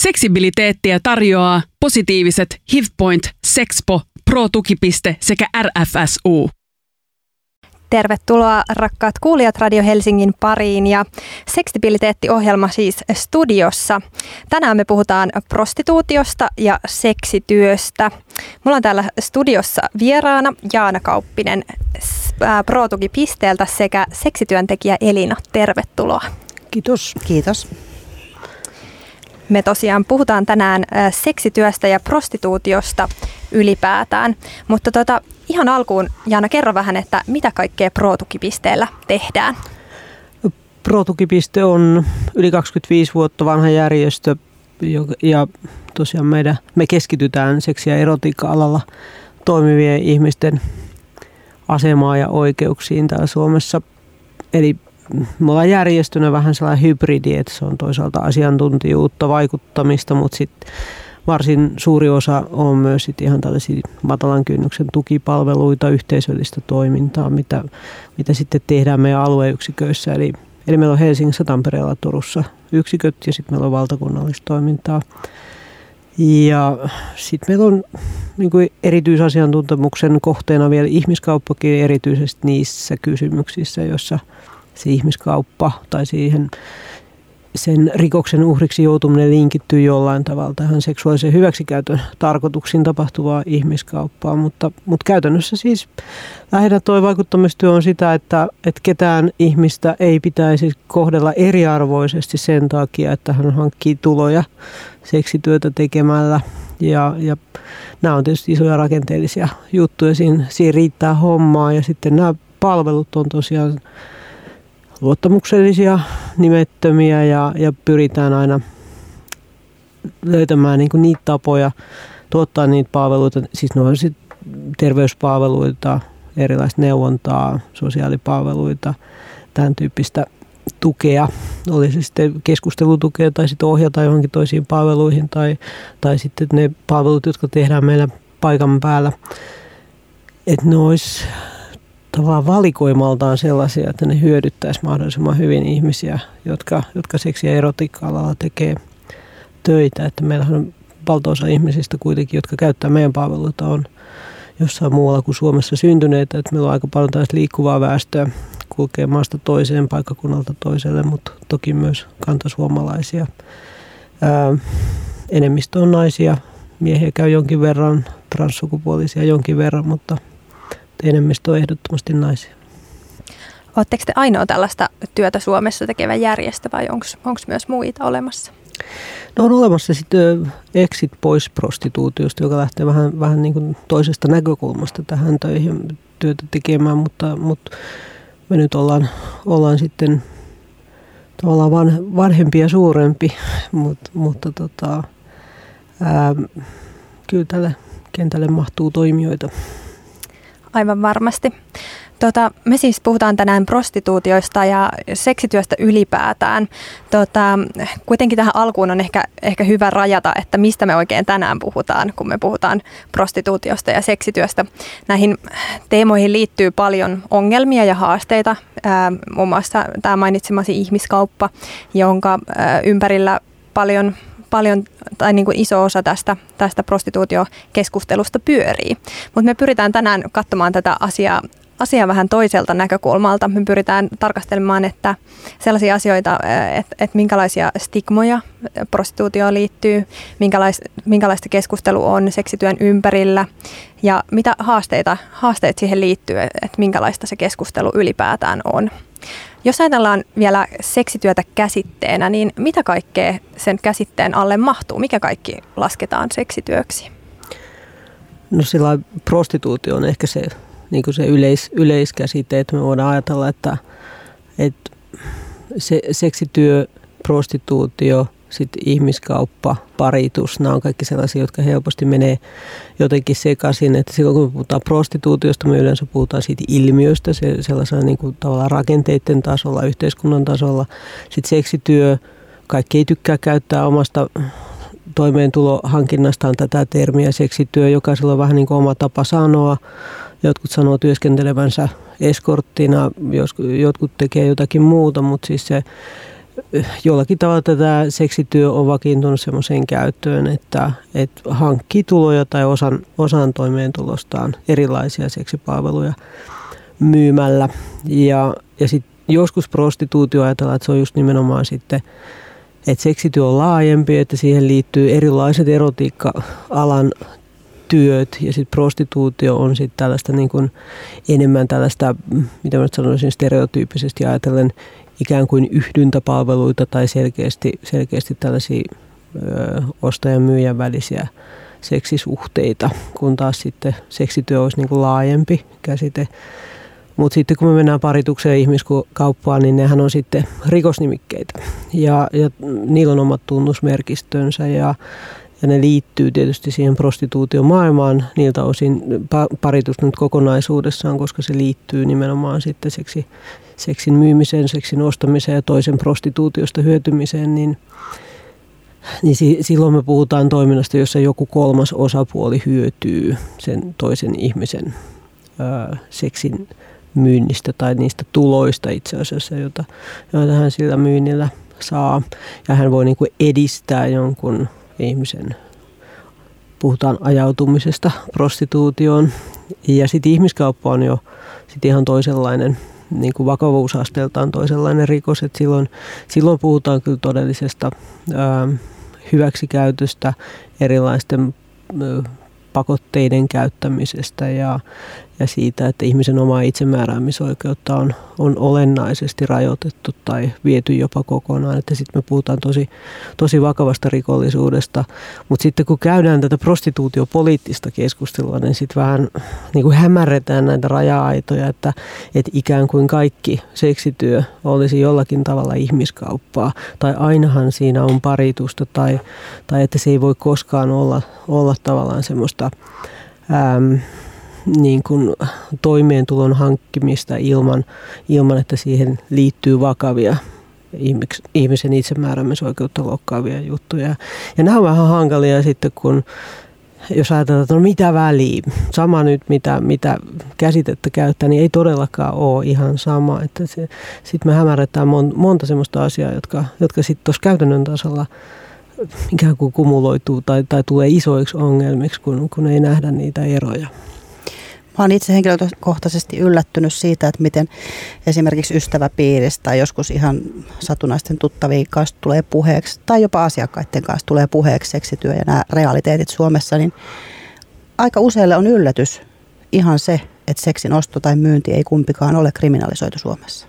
Seksibiliteettiä tarjoaa positiiviset HIVPoint, Sexpo, Pro-tukipiste sekä RFSU. Tervetuloa rakkaat kuulijat Radio Helsingin pariin ja Seksibiliteetti-ohjelma siis studiossa. Tänään me puhutaan prostituutiosta ja seksityöstä. Mulla on täällä studiossa vieraana Jaana Kauppinen Pro-tukipisteeltä sekä seksityöntekijä Elina. Tervetuloa. Kiitos. Kiitos. Me tosiaan puhutaan tänään seksityöstä ja prostituutiosta ylipäätään, mutta ihan alkuun Jaana, kerro vähän, että mitä kaikkea Pro-tukipisteellä tehdään? Pro-tukipiste on yli 25 vuotta vanha järjestö ja tosiaan me keskitytään seksi- ja erotiikka-alalla toimivien ihmisten asemaan ja oikeuksiin täällä Suomessa. Eli me ollaan järjestönä vähän sellainen hybridi, että se on toisaalta asiantuntijuutta, vaikuttamista, mutta sitten varsin suuri osa on myös sit ihan tällaisia matalan kynnyksen tukipalveluita, yhteisöllistä toimintaa, mitä sitten tehdään meidän alueyksiköissä. Eli meillä on Helsingissä, Tampereella, Turussa yksiköt ja sitten meillä on valtakunnallista toimintaa. Ja sitten meillä on niin kuin erityisasiantuntemuksen kohteena vielä ihmiskauppakin erityisesti niissä kysymyksissä, joissa se ihmiskauppa tai sen rikoksen uhriksi joutuminen linkittyy jollain tavalla tähän seksuaalisen hyväksikäytön tarkoituksiin tapahtuvaa ihmiskauppaa, mutta käytännössä siis lähinnä tuo vaikuttamistyö on sitä, että ketään ihmistä ei pitäisi kohdella eriarvoisesti sen takia, että hän hankkii tuloja seksityötä tekemällä ja nämä on tietysti isoja rakenteellisia juttuja, siinä riittää hommaa ja sitten nämä palvelut on tosiaan luottamuksellisia, nimettömiä ja pyritään aina löytämään niitä tapoja tuottaa niitä palveluita. Siis ne on sitten terveyspalveluita, erilaista neuvontaa, sosiaalipalveluita, tämän tyyppistä tukea. Oli se sitten keskustelutukea tai sitten ohjata johonkin toisiin palveluihin tai sitten ne palvelut, jotka tehdään meillä paikan päällä. Että ne olisi tavallaan valikoimaltaan sellaisia, että ne hyödyttäisi mahdollisimman hyvin ihmisiä, jotka seksi- ja erotiikka-alalla tekee töitä. Että meillähän on valtaosa ihmisistä kuitenkin, jotka käyttää meidän palveluita, on jossain muualla kuin Suomessa syntyneitä. Että meillä on aika paljon tällaista liikkuvaa väestöä, kulkee maasta toiseen, paikkakunnalta toiselle, mutta toki myös kantasuomalaisia. Enemmistö on naisia, miehiä käy jonkin verran, transsukupuolisia jonkin verran, mutta enemmistö on ehdottomasti naisia. Oletteko te ainoa tällaista työtä Suomessa tekevä järjestö vai onko myös muita olemassa? No on olemassa sitten Exit pois prostituutiosta, joka lähtee vähän niin kuin toisesta näkökulmasta tähän töihin työtä tekemään, mutta me nyt ollaan sitten tavallaan vanhempi ja suurempi, mutta kyllä tälle kentälle mahtuu toimijoita. Aivan varmasti. Me siis puhutaan tänään prostituutioista ja seksityöstä ylipäätään. Kuitenkin tähän alkuun on ehkä hyvä rajata, että mistä me oikein tänään puhutaan, kun me puhutaan prostituutiosta ja seksityöstä. Näihin teemoihin liittyy paljon ongelmia ja haasteita, muun muassa tämä mainitsemasi ihmiskauppa, jonka ympärillä paljon tai niin kuin iso osa tästä prostituutiokeskustelusta pyörii. Mutta me pyritään tänään katsomaan tätä asiaa vähän toiselta näkökulmalta. Me pyritään tarkastelemaan, että sellaisia asioita, että minkälaisia stigmoja prostituutioon liittyy, minkälaista keskustelu on seksityön ympärillä ja mitä haasteet siihen liittyy, että minkälaista se keskustelu ylipäätään on. Jos ajatellaan vielä seksityötä käsitteenä, niin mitä kaikkea sen käsitteen alle mahtuu? Mikä kaikki lasketaan seksityöksi? No sillä prostituutio on ehkä se, niin kuin se yleiskäsite, että me voidaan ajatella, että se seksityö, prostituutio, sitten ihmiskauppa, paritus, nämä on kaikki sellaisia, jotka helposti menee jotenkin sekaisin. Että silloin kun me puhutaan prostituutiosta, me yleensä puhutaan siitä ilmiöstä, sellaisena niin kuin tavallaan rakenteiden tasolla, yhteiskunnan tasolla. Sitten seksityö, kaikki ei tykkää käyttää omasta toimeentulohankinnastaan tätä termiä seksityö. Jokaisella on vähän niin kuin oma tapa sanoa. Jotkut sanoo työskentelevänsä eskorttina, jotkut tekee jotakin muuta, mutta siis jollakin tavalla tätä seksityö on vakiintunut semmoiseen käyttöön, että hankkii tuloja tai osan toimeentulostaan erilaisia seksipalveluja myymällä. Ja sitten joskus prostituutio ajatellaan, että se on just nimenomaan sitten, että seksityö on laajempi, että siihen liittyy erilaiset erotiikka-alan työt ja sitten prostituutio on sitten tällaista niin kuin enemmän tällaista, mitä mä sanoisin stereotyyppisesti ajatellen, ikään kuin yhdyntäpalveluita tai selkeästi tällaisia ostajan ja myyjän välisiä seksisuhteita, kun taas sitten seksityö olisi niin kuin laajempi käsite. Mutta sitten kun me mennään paritukseen ja ihmiskauppaan, niin nehän on sitten rikosnimikkeitä ja niillä on omat tunnusmerkistönsä ja ne liittyy tietysti siihen prostituutiomaailmaan niiltä osin paritus nyt kokonaisuudessaan, koska se liittyy nimenomaan sitten seksin myymiseen, seksin ostamiseen ja toisen prostituutiosta hyötymiseen, niin silloin me puhutaan toiminnasta, jossa joku kolmas osapuoli hyötyy sen toisen ihmisen seksin myynnistä tai niistä tuloista itse asiassa, joita hän sillä myynnillä saa. Ja hän voi niin kuin edistää jonkun ihmisen, puhutaan ajautumisesta prostituutioon. Ja sitten ihmiskauppa on jo sit ihan toisenlainen, niin kuin vakavuusasteeltaan toisenlainen rikos. Et silloin puhutaan kyllä todellisesta hyväksikäytöstä, erilaisten pakotteiden käyttämisestä ja siitä, että ihmisen omaa itsemääräämisoikeutta on olennaisesti rajoitettu tai viety jopa kokonaan. Että sitten me puhutaan tosi vakavasta rikollisuudesta. Mutta sitten kun käydään tätä prostituutiopoliittista keskustelua, niin sitten vähän niin kuin hämärretään näitä raja-aitoja, että ikään kuin kaikki seksityö olisi jollakin tavalla ihmiskauppaa. Tai ainahan siinä on paritusta tai että se ei voi koskaan olla tavallaan semmoista niin kuin toimeentulon hankkimista ilman, että siihen liittyy vakavia ihmisen itsemääräämisoikeutta loukkaavia juttuja. Ja nämä on vähän hankalia sitten, kun jos ajatellaan, että no mitä väliä, sama nyt mitä käsitettä käyttää, niin ei todellakaan ole ihan sama. Sitten me hämärretään monta semmoista asiaa, jotka sitten tuossa käytännön tasolla ikään kuin kumuloituu tai tulee isoiksi ongelmiksi, kun ei nähdä niitä eroja. Mä oon itse henkilökohtaisesti yllättynyt siitä, että miten esimerkiksi ystäväpiiristä tai joskus ihan satunnaisten tuttavien kanssa tulee puheeksi tai jopa asiakkaiden kanssa tulee puheeksi seksityö ja nämä realiteetit Suomessa, niin aika useille on yllätys ihan se, että seksin osto tai myynti ei kumpikaan ole kriminalisoitu Suomessa.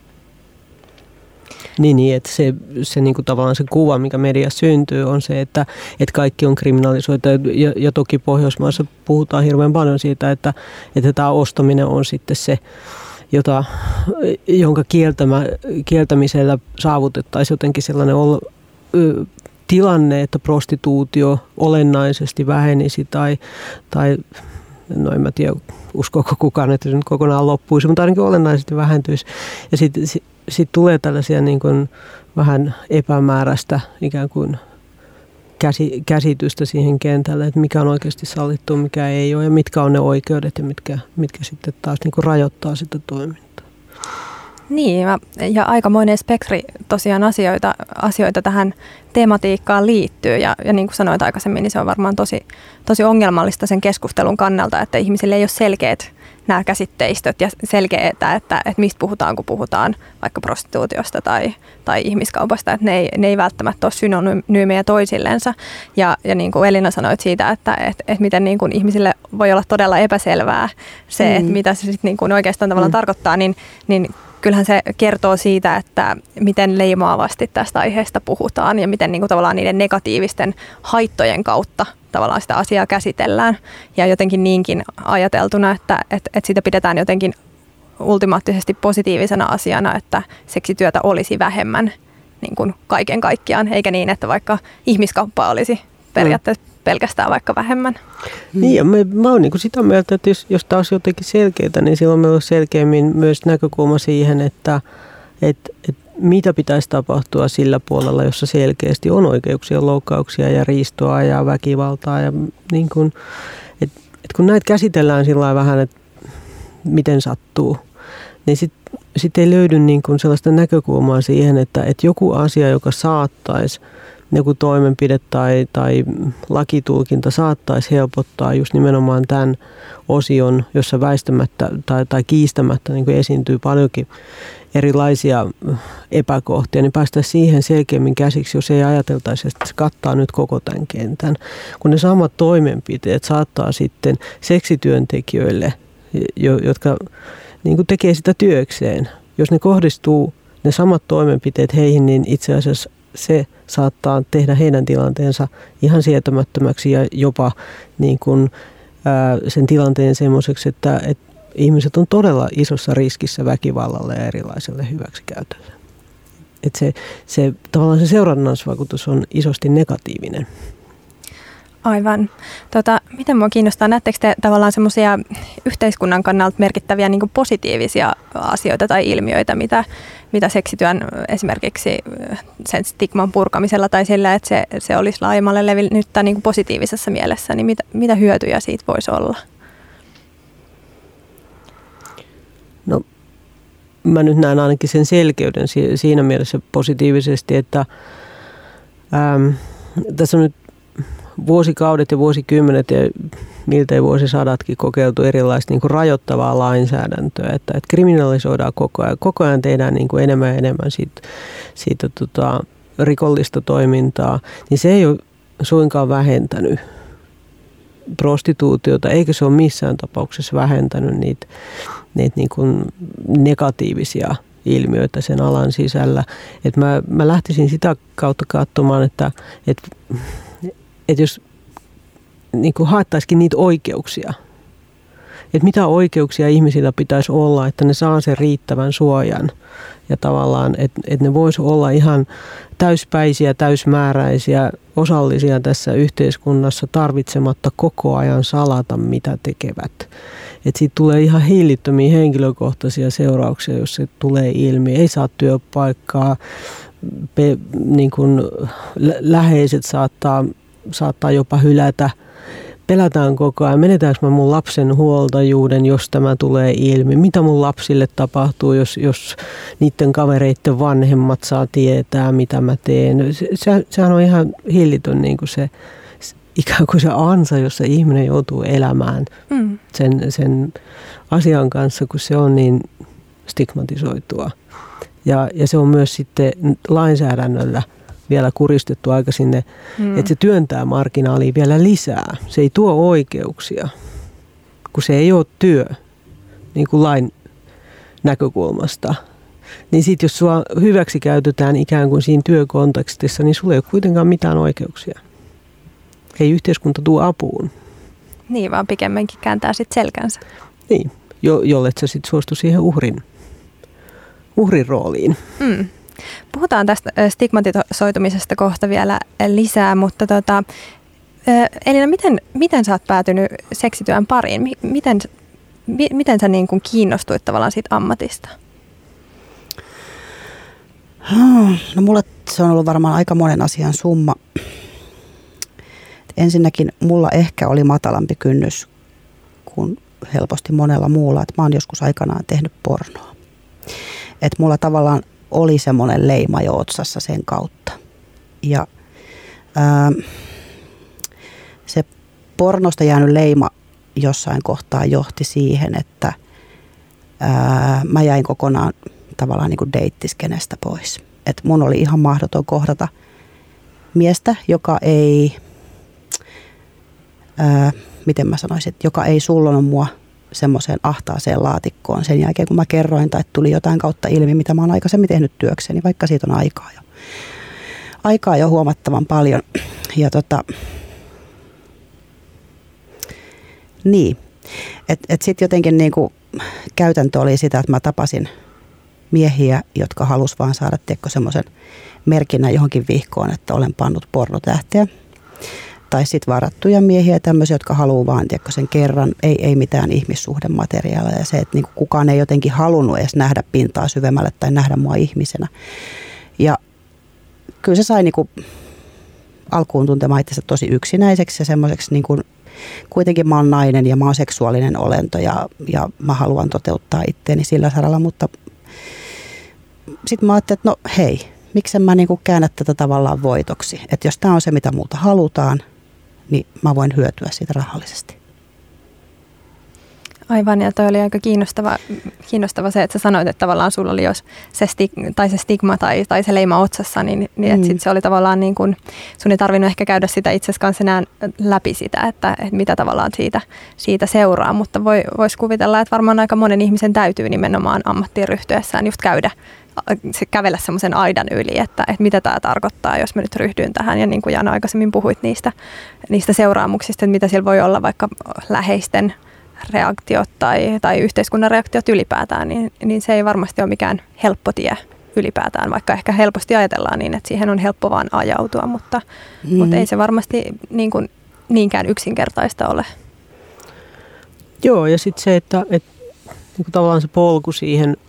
Niin, että se niin kuin tavallaan se kuva, mikä mediassa syntyy, on se, että kaikki on kriminalisoitu. Ja toki Pohjoismaissa puhutaan hirveän paljon siitä, että tämä ostaminen on sitten se, jonka kieltämisellä saavutettaisiin jotenkin sellainen tilanne, että prostituutio olennaisesti vähenisi tai no en mä tiedä, uskoako kukaan, että se nyt kokonaan loppuisi, mutta ainakin olennaisesti vähentyisi. Ja sitten tulee tällaisia niin kuin vähän epämääräistä ikään kuin käsitystä siihen kentälle, että mikä on oikeasti sallittu, mikä ei ole ja mitkä on ne oikeudet ja mitkä sitten taas niin kuin rajoittaa sitä toimintaa. Niin, ja aikamoinen spektri tosiaan asioita tähän tematiikkaan liittyy. Ja niin kuin sanoit aikaisemmin, niin se on varmaan tosi ongelmallista sen keskustelun kannalta, että ihmisille ei ole selkeät nämä käsitteistöt ja selkeää, että mistä puhutaan, kun puhutaan vaikka prostituutiosta tai ihmiskaupasta, että ne ei välttämättä ole synonyymejä toisillensa. Ja niin kuin Elina sanoit siitä, että miten niin kuin ihmisille voi olla todella epäselvää se, että mitä se sitten niin kuin oikeastaan tavallaan tarkoittaa, niin kyllähän se kertoo siitä, että miten leimaavasti tästä aiheesta puhutaan ja miten niin kuin tavallaan niiden negatiivisten haittojen kautta tavallaan sitä asiaa käsitellään. Ja jotenkin niinkin ajateltuna, että sitä pidetään jotenkin ultimaattisesti positiivisena asiana, että seksityötä olisi vähemmän niin kuin kaiken kaikkiaan, eikä niin, että vaikka ihmiskauppaa olisi periaatteessa pelkästään vaikka vähemmän. Niin, ja mä oon niin sitä mieltä, että jos tämä olisi jotenkin selkeää, niin silloin meillä olisi selkeämmin myös näkökulma siihen, että mitä pitäisi tapahtua sillä puolella, jossa selkeästi on oikeuksien loukkauksia ja riistoa ja väkivaltaa. Ja niin kun, kun näitä käsitellään sillä vähän, että miten sattuu, niin sit ei löydy niin kuin sellaista näkökulmaa siihen, että joku asia, joka saattaisi, joku toimenpide tai lakitulkinta saattaisi helpottaa just nimenomaan tämän osion, jossa väistämättä tai kiistämättä niin kuin esiintyy paljonkin erilaisia epäkohtia, niin päästäisiin siihen selkeämmin käsiksi, jos ei ajateltaisi, että se kattaa nyt koko tämän kentän. Kun ne samat toimenpiteet saattaa sitten seksityöntekijöille, jotka niin kuin tekee sitä työkseen, jos ne kohdistuu ne samat toimenpiteet heihin, niin itse asiassa se saattaa tehdä heidän tilanteensa ihan sietämättömäksi ja jopa niin kuin, sen tilanteen semmoiseksi, että ihmiset on todella isossa riskissä väkivallalle ja erilaiselle hyväksikäytölle. Että se tavallaan se seurannaisvaikutus on isosti negatiivinen. Aivan. Miten minua kiinnostaa, näettekö te tavallaan semmoisia yhteiskunnan kannalta merkittäviä niin kuin positiivisia asioita tai ilmiöitä, mitä seksityön esimerkiksi sen stigman purkamisella tai sillä, että se olisi laajemmalle levinnyt niin kuin positiivisessa mielessä, niin mitä hyötyjä siitä voisi olla? No, mä nyt näen ainakin sen selkeyden siinä mielessä positiivisesti, että tässä on nyt vuosikaudet ja vuosikymmenet ja miltei vuosisadatkin kokeiltu erilaista niin kuin rajoittavaa lainsäädäntöä, että kriminalisoidaan koko ajan. Koko ajan tehdään niin kuin enemmän ja enemmän siitä rikollista toimintaa, niin se ei ole suinkaan vähentänyt prostituutiota, eikä se ole missään tapauksessa vähentänyt niitä niin kuin negatiivisia ilmiöitä sen alan sisällä. Et mä lähtisin sitä kautta katsomaan, että jos niin kuin haettaisikin niitä oikeuksia, että mitä oikeuksia ihmisillä pitäisi olla, että ne saa sen riittävän suojan ja tavallaan, että ne voisi olla ihan täyspäisiä, täysmääräisiä, osallisia tässä yhteiskunnassa tarvitsematta koko ajan salata, mitä tekevät. Että siitä tulee ihan hillittömiä henkilökohtaisia seurauksia, jos se tulee ilmi. Ei saa työpaikkaa, niin kuin läheiset saattaa jopa hylätä. Pelätään koko ajan, menetäänkö mä mun lapsen huoltajuuden, jos tämä tulee ilmi? Mitä mun lapsille tapahtuu, jos niiden kavereiden vanhemmat saa tietää, mitä mä teen? Sehän on ihan hillitön niin kuin se, ikään kuin se ansa, jossa ihminen joutuu elämään sen asian kanssa, kun se on niin stigmatisoitua. Ja se on myös sitten lainsäädännöllä vielä kuristettu aika sinne, että se työntää marginaalia vielä lisää. Se ei tuo oikeuksia, kun se ei ole työ niin kuin lain näkökulmasta. Niin sitten jos sua hyväksi käytetään ikään kuin siinä työkontekstissa, niin sulla ei ole kuitenkaan mitään oikeuksia. Ei yhteiskunta tule apuun. Niin, vaan pikemminkin kääntää sitten selkänsä. Niin, jollet sä sitten suostu siihen uhrin rooliin. Puhutaan tästä stigmatisoitumisesta kohta vielä lisää, mutta Elina, miten sä oot päätynyt seksityön pariin? Miten sä niin kuin kiinnostuit tavallaan siitä ammatista? No mulle se on ollut varmaan aika monen asian summa. Ensinnäkin mulla ehkä oli matalampi kynnys kuin helposti monella muulla, että mä oon joskus aikanaan tehnyt pornoa. Että mulla tavallaan oli semmoinen leima jo otsassa sen kautta. Ja se pornosta jäänyt leima jossain kohtaa johti siihen, että mä jäin kokonaan tavallaan niin kuin deittiskenestä pois. Et mun oli ihan mahdoton kohdata miestä, joka ei, miten mä sanoisin, joka ei sullonut mua semmoiseen ahtaaseen laatikkoon sen jälkeen, kun mä kerroin tai tuli jotain kautta ilmi, mitä mä oon aikaisemmin tehnyt työkseni, vaikka siitä on aikaa jo huomattavan paljon. Ja niin, että sitten jotenkin niinku käytäntö oli sitä, että mä tapasin miehiä, jotka halusi vaan saada semmoisen merkinnän johonkin vihkoon, että olen pannut pornotähteä. Tai sitten varattuja miehiä, tämmöisiä, jotka haluaa vaan sen kerran, ei mitään ihmissuhdemateriaalia. Ja se, että niinku kukaan ei jotenkin halunnut edes nähdä pintaa syvemmälle tai nähdä mua ihmisenä. Ja kyllä se sai niinku alkuun tuntemaan itsensä tosi yksinäiseksi ja semmoiseksi, niinku, kuitenkin mä oon nainen ja mä oon seksuaalinen olento ja mä haluan toteuttaa itteeni sillä saralla, mutta sitten mä ajattelin, että no hei, miksen mä niin kuin käännä tätä tavallaan voitoksi. Että jos tämä on se, mitä multa halutaan, niin mä voin hyötyä siitä rahallisesti. Aivan, ja toi oli aika kiinnostava se, että sä sanoit, että tavallaan sulla oli jos se stigma tai se leima otsassa, niin että sit se oli tavallaan niin kuin, sun ei tarvinnut ehkä käydä sitä itse kanssa enää läpi sitä, että mitä tavallaan siitä seuraa, mutta voisi kuvitella, että varmaan aika monen ihmisen täytyy nimenomaan ammattiin ryhtyessään just kävellä semmoisen aidan yli, että mitä tämä tarkoittaa, jos mä nyt ryhdyn tähän. Ja niin kuin Jaana aikaisemmin puhuit niistä seuraamuksista, että mitä siellä voi olla vaikka läheisten reaktiot tai yhteiskunnan reaktiot ylipäätään, niin se ei varmasti ole mikään helppo tie ylipäätään, vaikka ehkä helposti ajatellaan niin, että siihen on helppo vaan ajautua, mutta ei se varmasti niinkään yksinkertaista ole. Joo, ja sitten se, että niin kuin tavallaan se polku siihen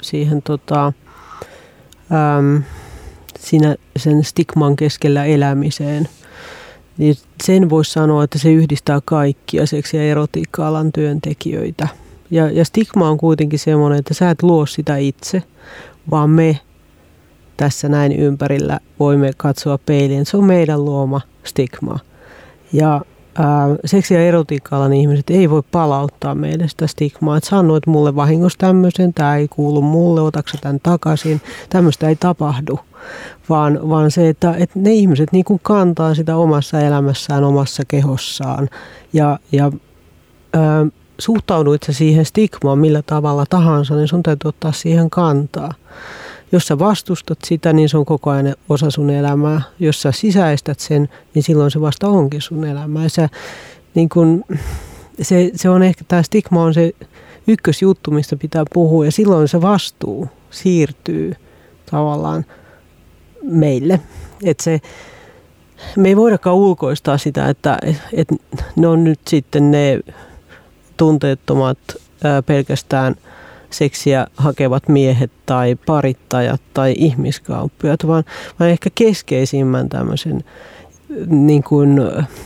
siinä sen stigman keskellä elämiseen, niin sen voisi sanoa, että se yhdistää kaikkia seksi- ja erotiikka-alan työntekijöitä. Ja stigma on kuitenkin semmoinen, että sä et luo sitä itse, vaan me tässä näin ympärillä voimme katsoa peiliin. Se on meidän luoma stigma. Ja seksi- ja erotiikka-alan ihmiset ei voi palauttaa meille sitä stigmaa, että sanoit mulle vahingossa tämmöisen, tämä ei kuulu mulle, otatko tämän takaisin, tämmöistä ei tapahdu. Vaan se, että ne ihmiset niin kuin kantaa sitä omassa elämässään, omassa kehossaan ja suhtauduit sä siihen stigmaan millä tavalla tahansa, niin sun täytyy ottaa siihen kantaa. Jos sä vastustat sitä, niin se on koko ajan osa sun elämää. Jos sä sisäistät sen, niin silloin se vasta onkin sun elämää. Ja sä, niin kun, se on ehkä, tämä stigma on se ykkösjuttu, mistä pitää puhua. Ja silloin se vastuu siirtyy tavallaan meille. Me ei voidakaan ulkoistaa sitä, että ne on nyt sitten ne tunteettomat pelkästään seksiä hakevat miehet tai parittajat tai ihmiskauppiaat, vaan ehkä keskeisimmän tämmöisen niin kuin,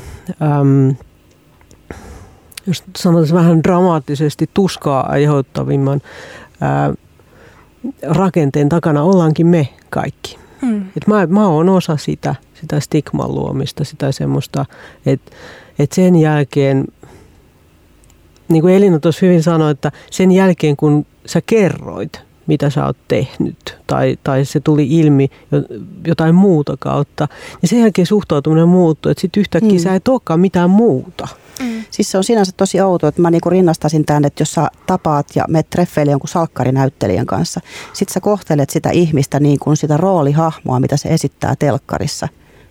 jos sanotaan vähän dramaattisesti tuskaa aiheuttavimman rakenteen takana ollaankin me kaikki. Et mä oon osa sitä stigman luomista, sitä semmoista, että sen jälkeen, niin kuin Elina tuossa hyvin sanoi, että sen jälkeen kun sä kerroit, mitä sä oot tehnyt, tai se tuli ilmi jotain muuta kautta, niin sen jälkeen suhtautuminen muuttui, että sitten yhtäkkiä sä et olekaan mitään muuta. Siis se on sinänsä tosi outoa, että mä niinku rinnastasin tämän, että jos sä tapaat ja menet treffeille jonkun salkkarinäyttelijän kanssa, sit sä kohtelet sitä ihmistä niin kuin sitä roolihahmoa, mitä se esittää telkkarissa.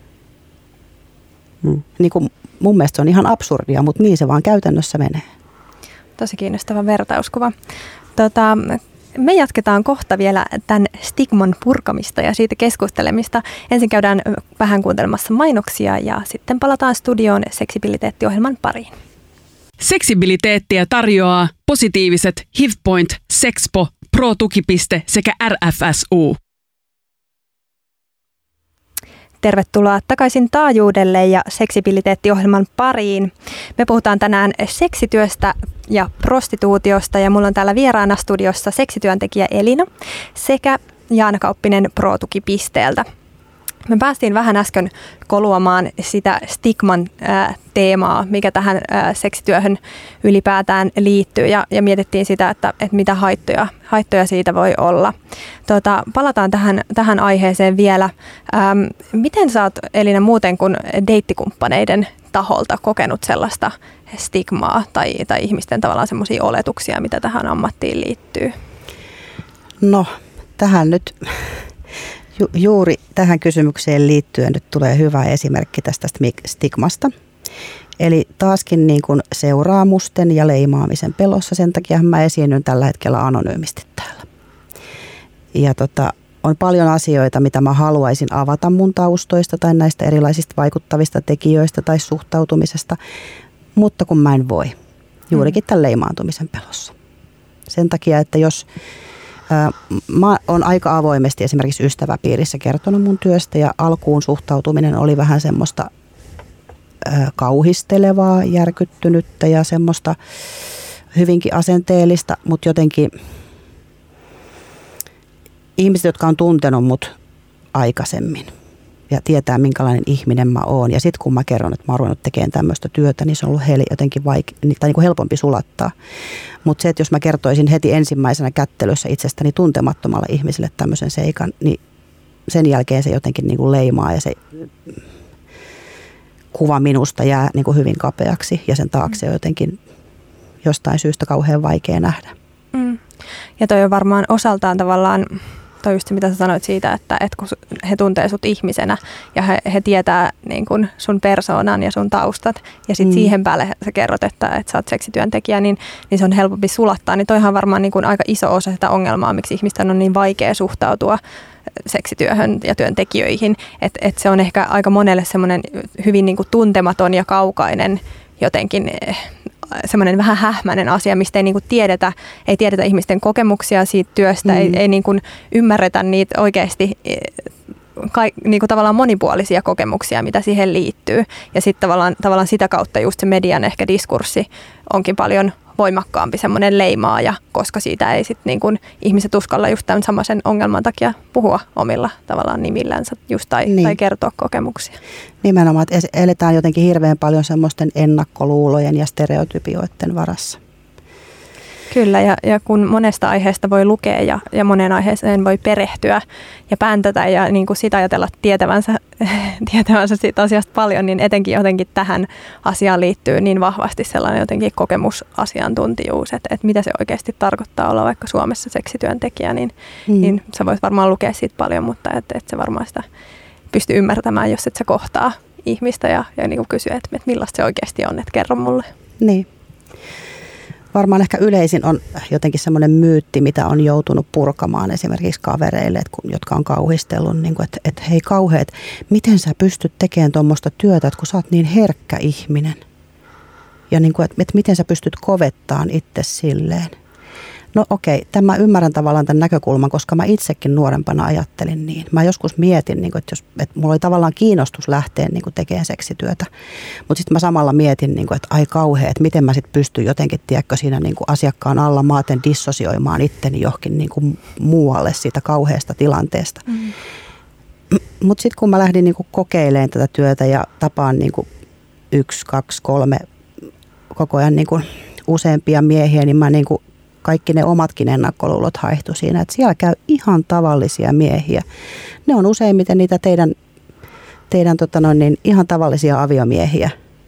Niin kuin mun mielestä se on ihan absurdia, mutta niin se vaan käytännössä menee. Tosi kiinnostava vertauskuva. Me jatketaan kohta vielä tämän stigman purkamista ja siitä keskustelemista. Ensin käydään vähän kuuntelemassa mainoksia ja sitten palataan studioon seksibiliteettiohjelman pariin. Seksibiliteettiä tarjoaa positiiviset HIVPoint, Sexpo, Pro-tukipiste sekä RFSU. Tervetuloa takaisin taajuudelle ja seksibiliteettiohjelman pariin. Me puhutaan tänään seksityöstä ja prostituutiosta ja mulla on täällä vieraana studiossa seksityöntekijä Elina sekä Jaana Kauppinen Pro-tukipisteeltä. Me päästiin vähän äsken koluamaan sitä stigman teemaa, mikä tähän seksityöhön ylipäätään liittyy ja mietittiin sitä, että mitä haittoja siitä voi olla. Palataan tähän aiheeseen vielä. Miten sä oot, Elina, muuten kuin deittikumppaneiden taholta kokenut sellaista stigmaa tai ihmisten tavallaan semmoisia oletuksia, mitä tähän ammattiin liittyy? No, tähän nyt... Juuri tähän kysymykseen liittyen nyt tulee hyvä esimerkki tästä stigmasta. Eli taaskin niin kuin seuraamusten ja leimaamisen pelossa, sen takia mä esiinnyn tällä hetkellä anonyymisti täällä. Ja on paljon asioita, mitä mä haluaisin avata mun taustoista tai näistä erilaisista vaikuttavista tekijöistä tai suhtautumisesta, mutta kun mä en voi, juurikin tämän leimaantumisen pelossa. Sen takia, että jos... Mä oon aika avoimesti esimerkiksi ystäväpiirissä kertonut mun työstä ja alkuun suhtautuminen oli vähän semmoista kauhistelevaa, järkyttynyttä ja semmoista hyvinkin asenteellista, mutta jotenkin ihmiset, jotka on tuntenut mut aikaisemmin ja tietää, minkälainen ihminen mä oon. Ja sitten kun mä kerron, että mä oon ruvennut tekemään tämmöistä työtä, niin se on ollut heille jotenkin niin kuin helpompi sulattaa. Mutta se, että jos mä kertoisin heti ensimmäisenä kättelyssä itsestäni tuntemattomalle ihmiselle tämmöisen seikan, niin sen jälkeen se jotenkin niin kuin leimaa ja se kuva minusta jää niin kuin hyvin kapeaksi ja sen taakse on jotenkin jostain syystä kauhean vaikea nähdä. Ja toi on varmaan osaltaan tavallaan, toi just se, mitä sä sanoit siitä, että kun he tuntee sut ihmisenä ja he tietää niin kun sun persoonan ja sun taustat ja sitten siihen päälle sä kerrot, että sä oot seksityöntekijä, niin se on helpompi sulattaa. Niin toihan on varmaan niin kun aika iso osa sitä ongelmaa, miksi ihmisten on niin vaikea suhtautua seksityöhön ja työntekijöihin. Että se on ehkä aika monelle semmoinen hyvin niin kun tuntematon ja kaukainen jotenkin semmoinen vähän hähmäinen asia, mistä ei tiedetä ihmisten kokemuksia siitä työstä, ei ymmärretä niitä oikeasti tavallaan monipuolisia kokemuksia, mitä siihen liittyy. Ja sitten tavallaan sitä kautta just se median ehkä diskurssi onkin paljon voimakkaampi semmoinen leimaaja, koska siitä ei sitten ihmiset uskalla just tämän samaisen ongelman takia puhua omilla tavallaan nimillänsä just tai kertoa kokemuksia. Nimenomaan, että eletään jotenkin hirveän paljon semmoisten ennakkoluulojen ja stereotypioiden varassa. Kyllä, ja kun monesta aiheesta voi lukea ja moneen aiheeseen voi perehtyä ja päntätä ja niin kuin sitä ajatella tietävänsä siitä asiasta paljon, niin etenkin jotenkin tähän asiaan liittyy niin vahvasti sellainen jotenkin kokemusasiantuntijuus, että mitä se oikeasti tarkoittaa olla vaikka Suomessa seksityöntekijä, niin sä voit varmaan lukea siitä paljon, mutta et se varmaan sitä pysty ymmärtämään, jos et sä kohtaa ihmistä ja niin kuin kysyä, että millaista se oikeasti on, että kerro mulle. Niin. Varmaan ehkä yleisin on jotenkin semmoinen myytti, mitä on joutunut purkamaan esimerkiksi kavereille, jotka on kauhistellut, niin kuin, että hei kauheat, miten sä pystyt tekemään tuommoista työtä, että kun sä oot niin herkkä ihminen. Ja niin kuin, että miten sä pystyt kovettaan itse silleen. No okei, mä ymmärrän tavallaan tämän näkökulman, koska mä itsekin nuorempana ajattelin niin. Mä joskus mietin, että mulla oli tavallaan kiinnostus lähteä tekemään seksityötä. Mutta sitten mä samalla mietin, että ai kauhea, että miten mä sitten pystyn jotenkin, tiedätkö, siinä asiakkaan alla maaten dissosioimaan itteni johonkin muualle siitä kauheasta tilanteesta. Mutta sitten kun mä lähdin kokeilemaan tätä työtä ja tapaan 1, 2, 3 koko ajan useampia miehiä, niin mä kaikki ne omatkin ennakkoluulot haihtu siinä, että siellä käy ihan tavallisia miehiä. Ne on useimmiten niitä teidän ihan tavallisia aviomiehiä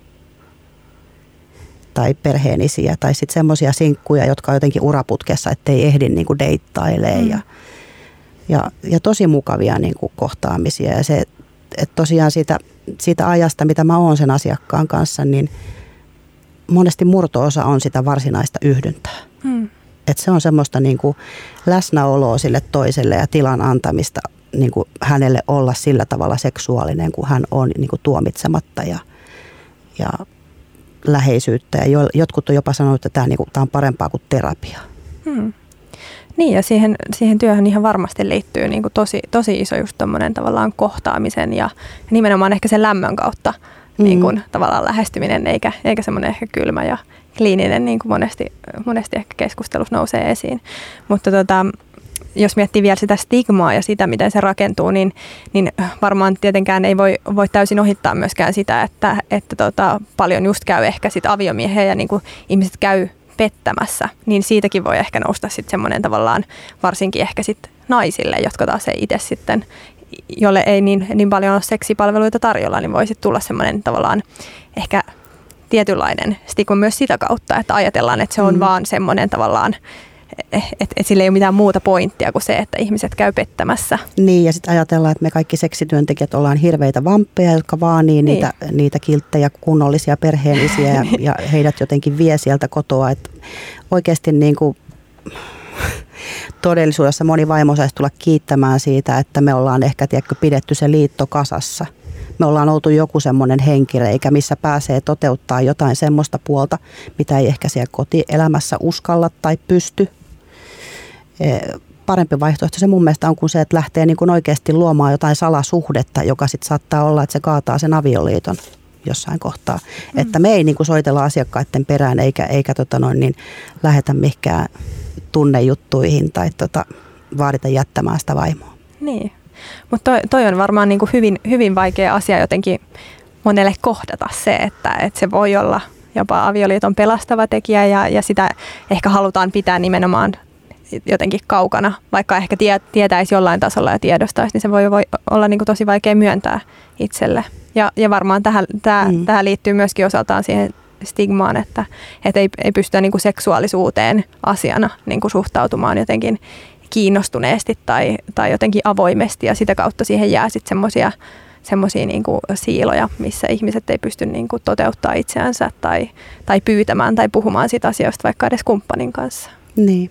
tai perheenisiä tai sitten semmoisia sinkkuja, jotka on jotenkin uraputkessa, ettei ehdi deittailemaan ja tosi mukavia kohtaamisia. Ja se, että tosiaan siitä ajasta, mitä mä oon sen asiakkaan kanssa, niin monesti murto-osa on sitä varsinaista yhdyntää. Että se on semmoista läsnäoloa sille toiselle ja tilan antamista hänelle olla sillä tavalla seksuaalinen, kun hän on tuomitsematta ja läheisyyttä. Ja jotkut on jopa sanonut, että tämä on parempaa kuin terapia. Niin, ja siihen työhön ihan varmasti liittyy tosi iso just tommoinen tavallaan kohtaamisen ja nimenomaan ehkä sen lämmön kautta tavallaan lähestyminen, eikä semmoinen ehkä kylmä ja kliininen, niin kuin monesti ehkä keskustelussa nousee esiin. Mutta jos miettii vielä sitä stigmaa ja sitä, miten se rakentuu, niin varmaan tietenkään ei voi täysin ohittaa myöskään sitä, että paljon just käy ehkä sit aviomiehen ja niin kuin ihmiset käy pettämässä, niin siitäkin voi ehkä nousta sitten semmoinen tavallaan varsinkin ehkä sitten naisille, jotka taas ei itse sitten, jolle ei niin paljon ole seksipalveluita tarjolla, niin voi sitten tulla semmoinen tavallaan ehkä tietynlainen stigma myös sitä kautta, että ajatellaan, että se on vaan semmoinen tavallaan, että sillä ei ole mitään muuta pointtia kuin se, että ihmiset käy pettämässä. Niin, ja sitten ajatellaan, että me kaikki seksityöntekijät ollaan hirveitä vamppeja, jotka vaanii niitä kilttejä, kunnollisia perheellisiä ja heidät jotenkin vie sieltä kotoa. Että oikeasti todellisuudessa moni vaimo saisi tulla kiittämään siitä, että me ollaan ehkä pidetty se liitto kasassa. Me ollaan oltu joku semmoinen henkireikä, missä pääsee toteuttaa jotain semmoista puolta, mitä ei ehkä siellä kotielämässä uskalla tai pysty. Parempi vaihtoehto se mun mielestä on kuin se, että lähtee oikeasti luomaan jotain salasuhdetta, joka sitten saattaa olla, että se kaataa sen avioliiton jossain kohtaa. Että me ei soitella asiakkaiden perään eikä lähetä mihinkään tunnejuttuihin tai vaadita jättämään sitä vaimoa. Niin, mutta toi on varmaan niin kuin hyvin vaikea asia jotenkin monelle kohdata se, että se voi olla jopa avioliiton pelastava tekijä ja sitä ehkä halutaan pitää nimenomaan jotenkin kaukana, vaikka ehkä tietäisi jollain tasolla ja tiedostaisi, niin se voi olla niin kuin tosi vaikea myöntää itselle. Ja varmaan tähän liittyy myöskin osaltaan siihen stigmaan, että ei pystytä niin kuin seksuaalisuuteen asiana niin kuin suhtautumaan jotenkin kiinnostuneesti tai jotenkin avoimesti, ja sitä kautta siihen jää sitten semmoisia niin kuin siiloja, missä ihmiset ei pysty niin kuin toteuttaa itseänsä tai pyytämään tai puhumaan siitä asiasta vaikka edes kumppanin kanssa. Niin.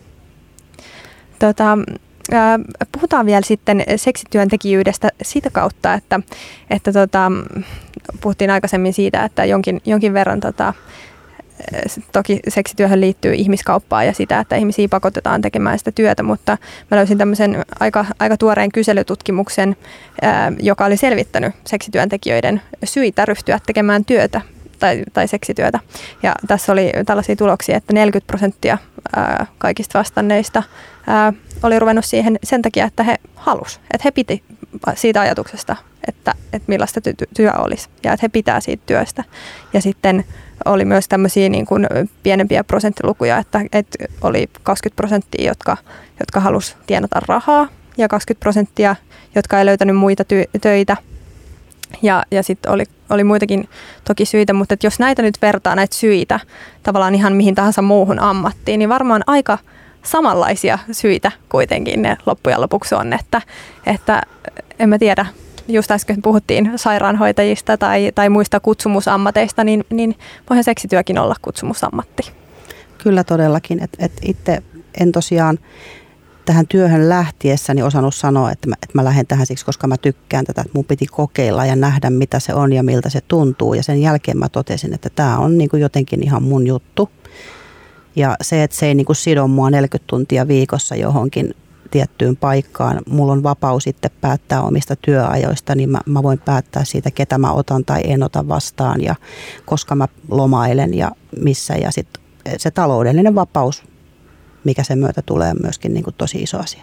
Puhutaan vielä sitten seksityöntekijyydestä sitä kautta, että puhuttiin aikaisemmin siitä, että jonkin verran toki seksityöhön liittyy ihmiskauppaa ja sitä, että ihmisiä pakotetaan tekemään sitä työtä, mutta mä löysin tämmöisen aika tuoreen kyselytutkimuksen, joka oli selvittänyt seksityöntekijöiden syitä ryhtyä tekemään työtä tai seksityötä. Ja tässä oli tällaisia tuloksia, että 40% kaikista vastanneista oli ruvennut siihen sen takia, että he halusivat, että he piti siitä ajatuksesta, että millaista työ olisi ja että he pitää siitä työstä. Ja sitten oli myös tämmöisiä niin kuin pienempiä prosenttilukuja, että oli 20%, jotka halusi tienata rahaa ja 20%, jotka ei löytänyt muita töitä. Ja sitten oli muitakin toki syitä, mutta jos näitä nyt vertaa näitä syitä tavallaan ihan mihin tahansa muuhun ammattiin, niin varmaan aika samanlaisia syitä kuitenkin ne loppujen lopuksi on, että en mä tiedä, just äsken puhuttiin sairaanhoitajista tai muista kutsumusammateista, niin voihan seksityökin olla kutsumusammatti. Kyllä todellakin, että itse en tosiaan tähän työhön lähtiessäni osannut sanoa, että mä lähden tähän siksi, koska mä tykkään tätä, että mun piti kokeilla ja nähdä, mitä se on ja miltä se tuntuu. Ja sen jälkeen mä totesin, että tämä on niin kuin jotenkin ihan mun juttu. Ja se, että se ei niin kuin sido mua 40 tuntia viikossa johonkin tiettyyn paikkaan. Mulla on vapaus sitten päättää omista työajoista, niin mä voin päättää siitä, ketä mä otan tai en ota vastaan ja koska mä lomailen ja missä. Ja sitten se taloudellinen vapaus, mikä sen myötä tulee, on myöskin niin kuin tosi iso asia.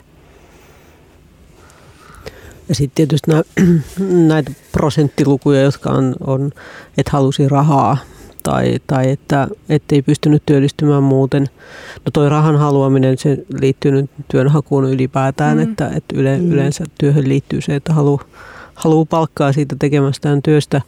Ja sitten tietysti näitä prosenttilukuja, jotka on että halusi rahaa tai että ei pystynyt työllistymään muuten. No toi rahan haluaminen, se liittyy nyt työnhakuun ylipäätään, että yleensä työhön liittyy se, että haluaa palkkaa siitä tekemästään työstä.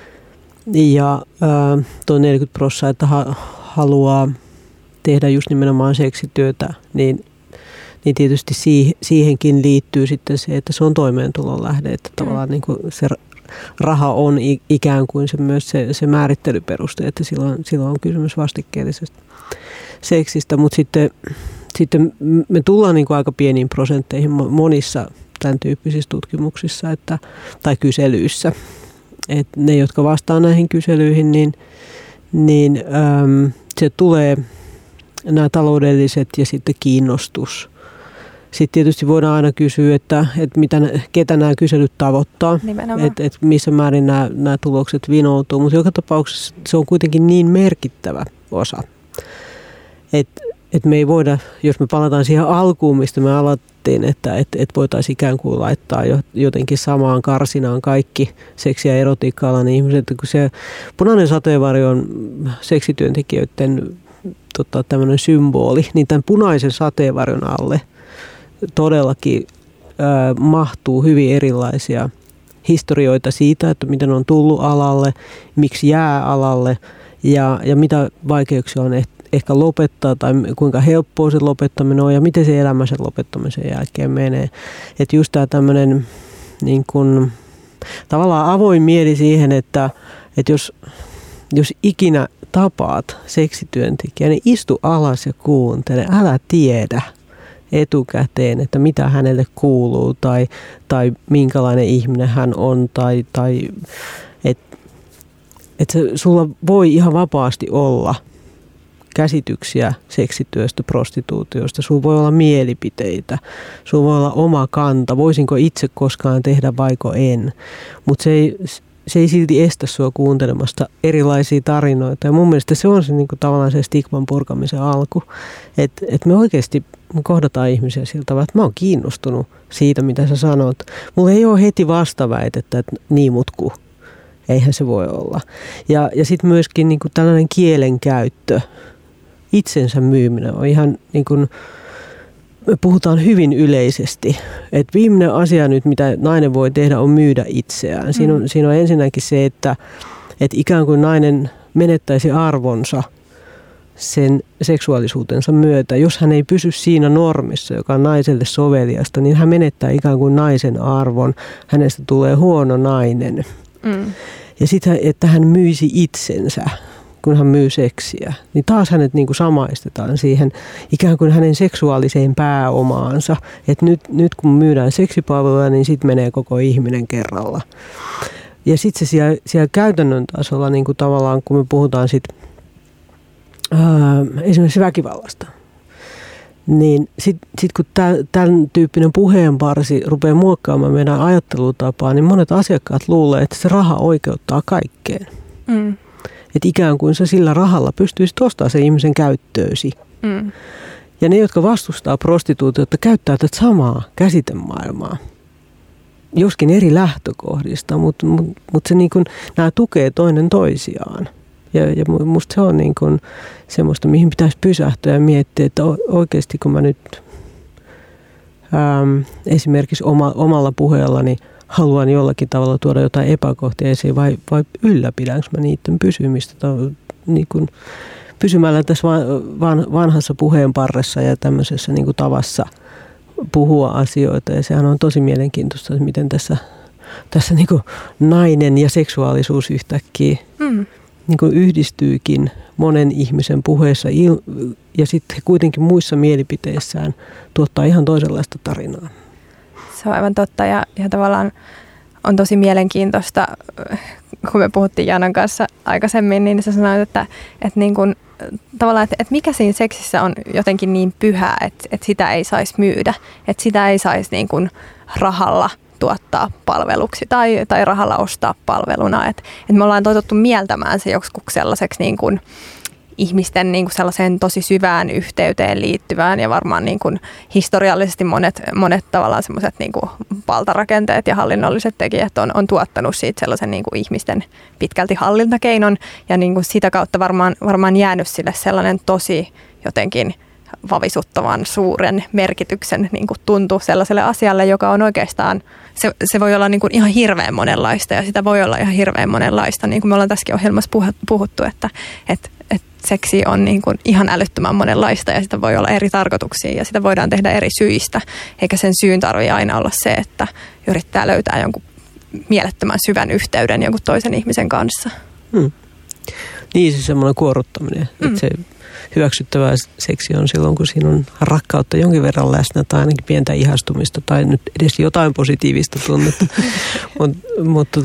Ja tuo 40%, että haluaa tehdä just nimenomaan seksityötä, niin tietysti siihenkin liittyy sitten se, että se on toimeentulon lähde, että tavallaan niin kuin se raha on ikään kuin myös se määrittelyperuste, että silloin on kysymys vastikkeellisesta seksistä, mutta sitten me tullaan niin kuin aika pieniin prosentteihin monissa tämän tyyppisissä tutkimuksissa tai kyselyissä. Että ne, jotka vastaa näihin kyselyihin, niin se tulee nämä taloudelliset ja sitten kiinnostus. Sitten tietysti voidaan aina kysyä, että ketä nämä kyselyt tavoittaa, että missä määrin nämä tulokset vinoutuu, mutta joka tapauksessa se on kuitenkin niin merkittävä osa, että me ei voida, jos me palataan siihen alkuun, mistä me alettiin, että voitaisiin ikään kuin laittaa jotenkin samaan karsinaan kaikki seksi- ja erotiikka-alan ihmiset, kun se punainen sateenvarjo on seksityöntekijöiden tämmöinen symboli, niin tämän punaisen sateenvarjon alle todellakin mahtuu hyvin erilaisia historioita siitä, että miten on tullut alalle, miksi jää alalle ja mitä vaikeuksia on ehkä lopettaa tai kuinka helppoa se lopettaminen on ja miten se elämä sen lopettamisen jälkeen menee. Että just tämä tämmöinen niin kuin, tavallaan avoin mieli siihen, että jos ikinä tapaat seksityöntekijä, niin istu alas ja kuuntele, älä tiedä etukäteen, että mitä hänelle kuuluu tai minkälainen ihminen hän on tai että sulla voi ihan vapaasti olla käsityksiä seksityöstä, prostituutiosta, sulla voi olla mielipiteitä, sulla voi olla oma kanta, voisinko itse koskaan tehdä vaiko en, mutta se ei silti estä sua kuuntelemasta erilaisia tarinoita. Ja mun mielestä se on se niin kuin tavallaan se stigman purkamisen alku. Että me oikeasti kohdataan ihmisiä sillä tavalla, että mä oon kiinnostunut siitä, mitä sä sanot. Mulla ei ole heti vastaväitettä, että niin mutku. Eihän se voi olla. Ja sitten myöskin niin kuin tällainen kielenkäyttö, itsensä myyminen on ihan niin kuin, me puhutaan hyvin yleisesti. Et viimeinen asia nyt, mitä nainen voi tehdä, on myydä itseään. Siinä on ensinnäkin se, että ikään kuin nainen menettäisi arvonsa sen seksuaalisuutensa myötä. Jos hän ei pysy siinä normissa, joka on naiselle soveliasta, niin hän menettää ikään kuin naisen arvon. Hänestä tulee huono nainen. Ja sitten, että hän myisi itsensä, kun hän myy seksiä, niin taas hänet niin kuin samaistetaan siihen ikään kuin hänen seksuaaliseen pääomaansa. Että nyt kun myydään seksipalveluja, niin sitten menee koko ihminen kerralla. Ja sitten se siellä käytännön tasolla, niin kuin tavallaan kun me puhutaan sitten esimerkiksi väkivallasta, niin sitten kun tämän tyyppinen puheenparsi rupeaa muokkaamaan meidän ajattelutapaa, niin monet asiakkaat luulee, että se raha oikeuttaa kaikkeen. Että ikään kuin sä sillä rahalla pystyisit ostamaan sen ihmisen käyttöösi. Ja ne, jotka vastustaa prostituutiota, käyttää tätä samaa käsitemaailmaa. Joskin eri lähtökohdista, mutta se niin kuin, nämä tukee toinen toisiaan. Ja musta se on niin kuin semmoista, mihin pitäisi pysähtyä ja miettiä, että oikeasti kun mä nyt esimerkiksi omalla puheellani haluan jollakin tavalla tuoda jotain epäkohtia esiin vai ylläpidänkö mä niiden pysymistä tai niin kuin pysymällä tässä vanhassa puheenparressa ja tämmöisessä niin kuin tavassa puhua asioita. Ja sehän on tosi mielenkiintoista, miten tässä niin kuin nainen ja seksuaalisuus yhtäkkiä niin kuin yhdistyykin monen ihmisen puheessa ja sitten kuitenkin muissa mielipiteissään tuottaa ihan toisenlaista tarinaa. Se on aivan totta ja tavallaan on tosi mielenkiintoista, kun me puhuttiin Jaanan kanssa aikaisemmin, niin sä sanoit, että niin kun, tavallaan, että mikä siinä seksissä on jotenkin niin pyhää, että sitä ei saisi myydä, että sitä ei saisi niin kun rahalla tuottaa palveluksi tai rahalla ostaa palveluna. Että me ollaan totuttu mieltämään se joskus sellaiseksi niin kuin ihmisten niin kuin sellaiseen tosi syvään yhteyteen liittyvään ja varmaan niin kuin historiallisesti monet tavallaan semmoiset niin kuin valtarakenteet ja hallinnolliset tekijät on tuottanut siitä sellaisen niin kuin ihmisten pitkälti hallintakeinon ja niin kuin sitä kautta varmaan jäänyt sille sellainen tosi jotenkin vavisuttavan suuren merkityksen niin kuin tuntuu sellaiselle asialle, joka on oikeastaan, se voi olla niin kuin ihan hirveän monenlaista ja sitä voi olla ihan hirveän monenlaista, niin kuin me ollaan tässäkin ohjelmassa puhuttu, että seksi on niin kuin ihan älyttömän monenlaista ja sitä voi olla eri tarkoituksia ja sitä voidaan tehdä eri syistä, eikä sen syyn tarvitse aina olla se, että yrittää löytää jonkun mielettömän syvän yhteyden jonkun toisen ihmisen kanssa. Niin, se semmoinen kuorruttaminen, että se hyväksyttävää seksi on silloin, kun siinä on rakkautta jonkin verran läsnä tai ainakin pientä ihastumista tai nyt edes jotain positiivista tunnetta. Mutta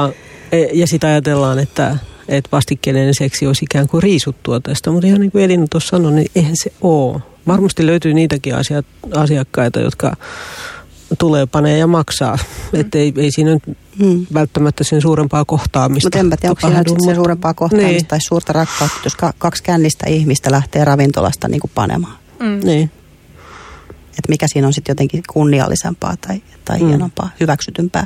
ja sitten ajatellaan, että vastikkeellinen seksi olisi ikään kuin riisuttua tästä, mutta ihan niin kuin Elina tuossa sanoi, niin eihän se ole. Varmasti löytyy niitäkin asiakkaita, jotka tulee panee ja maksaa. Että ei siinä välttämättä sen suurempaa kohtaamista. Mutta enpä tiedä, onko siinä sen suurempaa kohtaamista niin. Tai suurta rakkautta, jos kaksi kännistä ihmistä lähtee ravintolasta niin kuin panemaan. Niin. Että mikä siinä on sitten jotenkin kunniallisempaa tai hienompaa, hyväksytympää.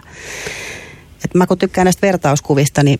Että mä kun tykkään näistä vertauskuvista, niin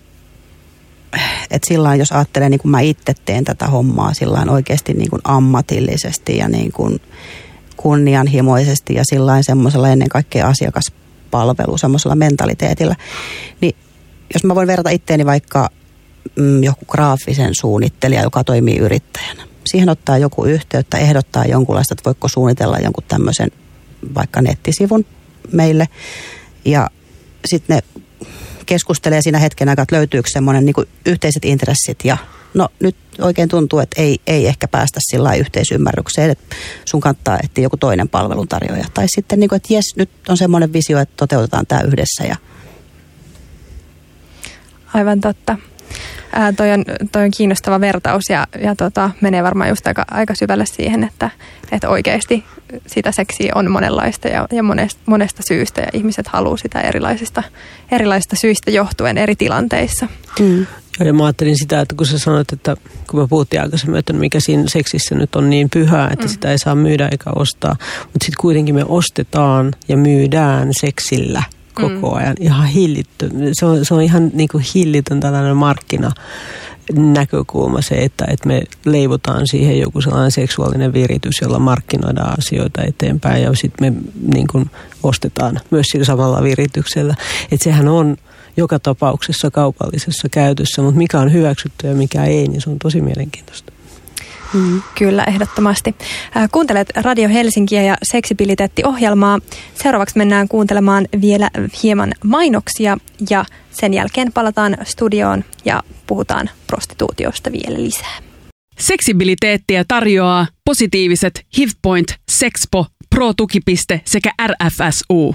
että sillain, jos ajattelee, niin kuin mä itse teen tätä hommaa sillain oikeasti niin kuin ammatillisesti ja niin kuin kunnianhimoisesti ja sillain semmoisella ennen kaikkea asiakaspalvelu, semmoisella mentaliteetillä. Niin jos mä voin verrata itteeni vaikka joku graafisen suunnittelija, joka toimii yrittäjänä. Siihen ottaa joku yhteyttä, ehdottaa jonkunlaista, että voiko suunnitella jonkun tämmöisen vaikka nettisivun meille. Ja sitten ne keskustelee siinä hetken aikaa, että löytyykö semmoinen niin kuin yhteiset intressit ja no nyt oikein tuntuu, että ei ehkä päästä sillä yhteisymmärrykseen, että sun kannattaa etsiä joku toinen palveluntarjoaja. Tai sitten, niin kuin, että jes, nyt on semmoinen visio, että toteutetaan tämä yhdessä. Ja aivan totta. Toi on kiinnostava vertaus ja menee varmaan just aika syvälle siihen, että oikeasti sitä seksiä on monenlaista ja monesta syystä ja ihmiset haluaa sitä erilaisista syistä johtuen eri tilanteissa. Ja mä ajattelin sitä, että kun sä sanoit, että kun me puhuttiin aikaisemmin, että mikä siinä seksissä nyt on niin pyhää, että sitä ei saa myydä eikä ostaa, mutta sitten kuitenkin me ostetaan ja myydään seksillä koko ajan. Ihan hillitty. Se on ihan niin kuin hillitön tällainen markkinanäkökulma se, että me leivotaan siihen joku sellainen seksuaalinen viritys, jolla markkinoidaan asioita eteenpäin ja sitten me niin kuin ostetaan myös sillä samalla virityksellä. Että sehän on joka tapauksessa kaupallisessa käytössä, mutta mikä on hyväksytty ja mikä ei, niin se on tosi mielenkiintoista. Kyllä, ehdottomasti. Kuuntelet Radio Helsinkiä ja Seksibiliteetti-ohjelmaa. Seuraavaksi mennään kuuntelemaan vielä hieman mainoksia ja sen jälkeen palataan studioon ja puhutaan prostituutiosta vielä lisää. Seksibiliteettiä tarjoaa positiiviset HIVPoint, Sexpo, Pro-tukipiste sekä RFSU.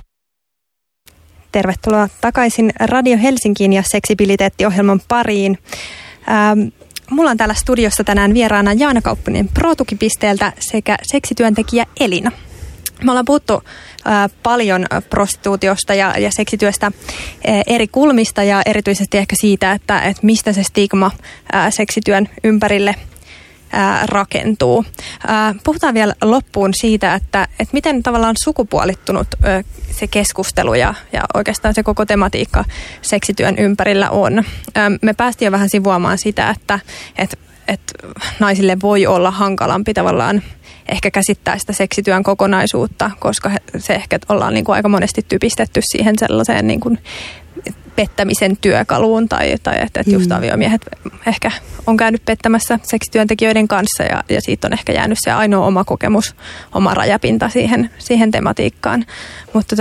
Tervetuloa takaisin Radio Helsinkiin ja Seksibiliteetti-ohjelman pariin. Mulla on täällä studiossa tänään vieraana Jaana Kauppinen Pro-tukipisteeltä sekä seksityöntekijä Elina. Me ollaan puhuttu paljon prostituutiosta ja seksityöstä eri kulmista ja erityisesti ehkä siitä, että mistä se stigma seksityön ympärille rakentuu. Puhutaan vielä loppuun siitä, että miten tavallaan sukupuolittunut se keskustelu ja oikeastaan se koko tematiikka seksityön ympärillä on. Me päästiin jo vähän sivuamaan sitä, että naisille voi olla hankalampi tavallaan ehkä käsittää sitä seksityön kokonaisuutta, koska se ehkä ollaan niin kuin aika monesti typistetty siihen sellaiseen niin kuin pettämisen työkaluun tai että just aviomiehet ehkä on käynyt pettämässä seksityöntekijöiden kanssa ja siitä on ehkä jäänyt se ainoa oma kokemus, oma rajapinta siihen tematiikkaan. Mutta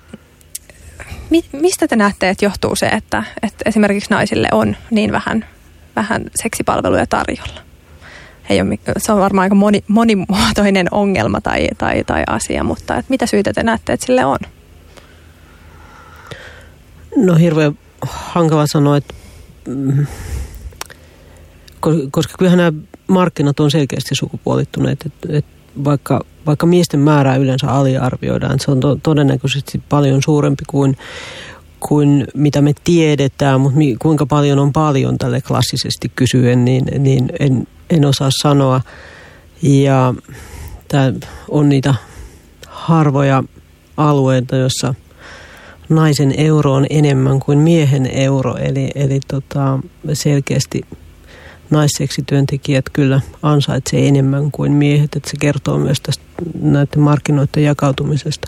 mistä te näette, että johtuu se, että esimerkiksi naisille on niin vähän seksipalveluja tarjolla? Se on varmaan aika monimuotoinen ongelma tai asia, mutta että mitä syitä te näette, että sille on? No hirveän hankala sanoa, että koska kyllähän nämä markkinat on selkeästi sukupuolittuneet, että vaikka miesten määrää yleensä aliarvioidaan, että se on todennäköisesti paljon suurempi kuin mitä me tiedetään, mutta kuinka paljon on paljon tälle klassisesti kysyen, niin en osaa sanoa. Ja tämä on niitä harvoja alueita, jossa naisen euro on enemmän kuin miehen euro, eli selkeästi naisseksityöntekijät kyllä ansaitsee enemmän kuin miehet, että se kertoo myös tästä näiden markkinoiden jakautumisesta.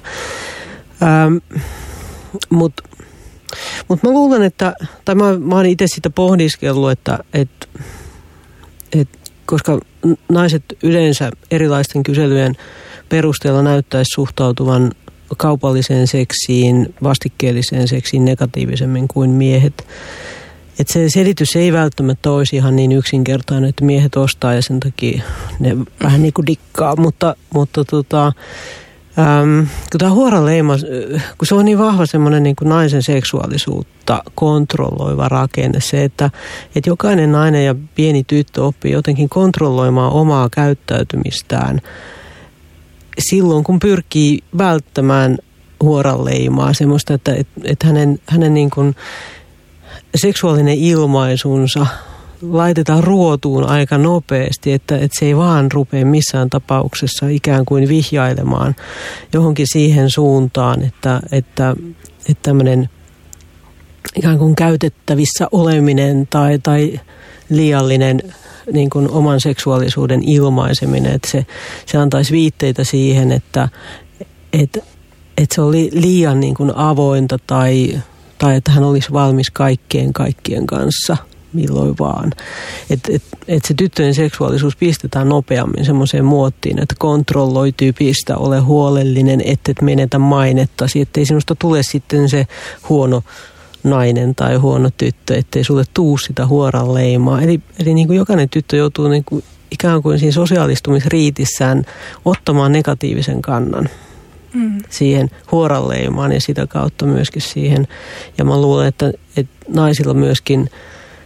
Mutta mä luulen, tai mä oon itse sitä pohdiskellut, että koska naiset yleensä erilaisten kyselyjen perusteella näyttäisi suhtautuvan kaupalliseen seksiin, vastikkeelliseen seksiin negatiivisemmin kuin miehet. Että se selitys ei välttämättä olisi ihan niin yksinkertainen, että miehet ostaa ja sen takia ne vähän niin kuin dikkaa, mutta kun tämä huoraleima, kun se on niin vahva semmoinen niin kuin naisen seksuaalisuutta kontrolloiva rakenne, se, että jokainen nainen ja pieni tyttö oppii jotenkin kontrolloimaan omaa käyttäytymistään silloin, kun pyrkii välttämään huoranleimaa, semmoista, että hänen niin kuin seksuaalinen ilmaisunsa laitetaan ruotuun aika nopeasti, että se ei vaan rupea missään tapauksessa ikään kuin vihjailemaan johonkin siihen suuntaan, että tämmöinen ikään kuin käytettävissä oleminen tai liiallinen niin kuin oman seksuaalisuuden ilmaiseminen, että se antaisi viitteitä siihen, että se oli liian niin kuin avointa tai että hän olisi valmis kaikkien kanssa milloin vaan. Että se tyttöjen seksuaalisuus pistetään nopeammin semmoiseen muottiin, että kontrolloi tyypistä, ole huolellinen, et menetä mainettasi, ettei sinusta tule sitten se huono nainen tai huono tyttö, ettei sulle tuu sitä huoran leimaa. Eli niin kuin jokainen tyttö joutuu niin kuin ikään kuin siinä sosiaalistumisriitissään ottamaan negatiivisen kannan siihen huoran leimaan ja sitä kautta myöskin siihen. Ja mä luulen, että naisilla myöskin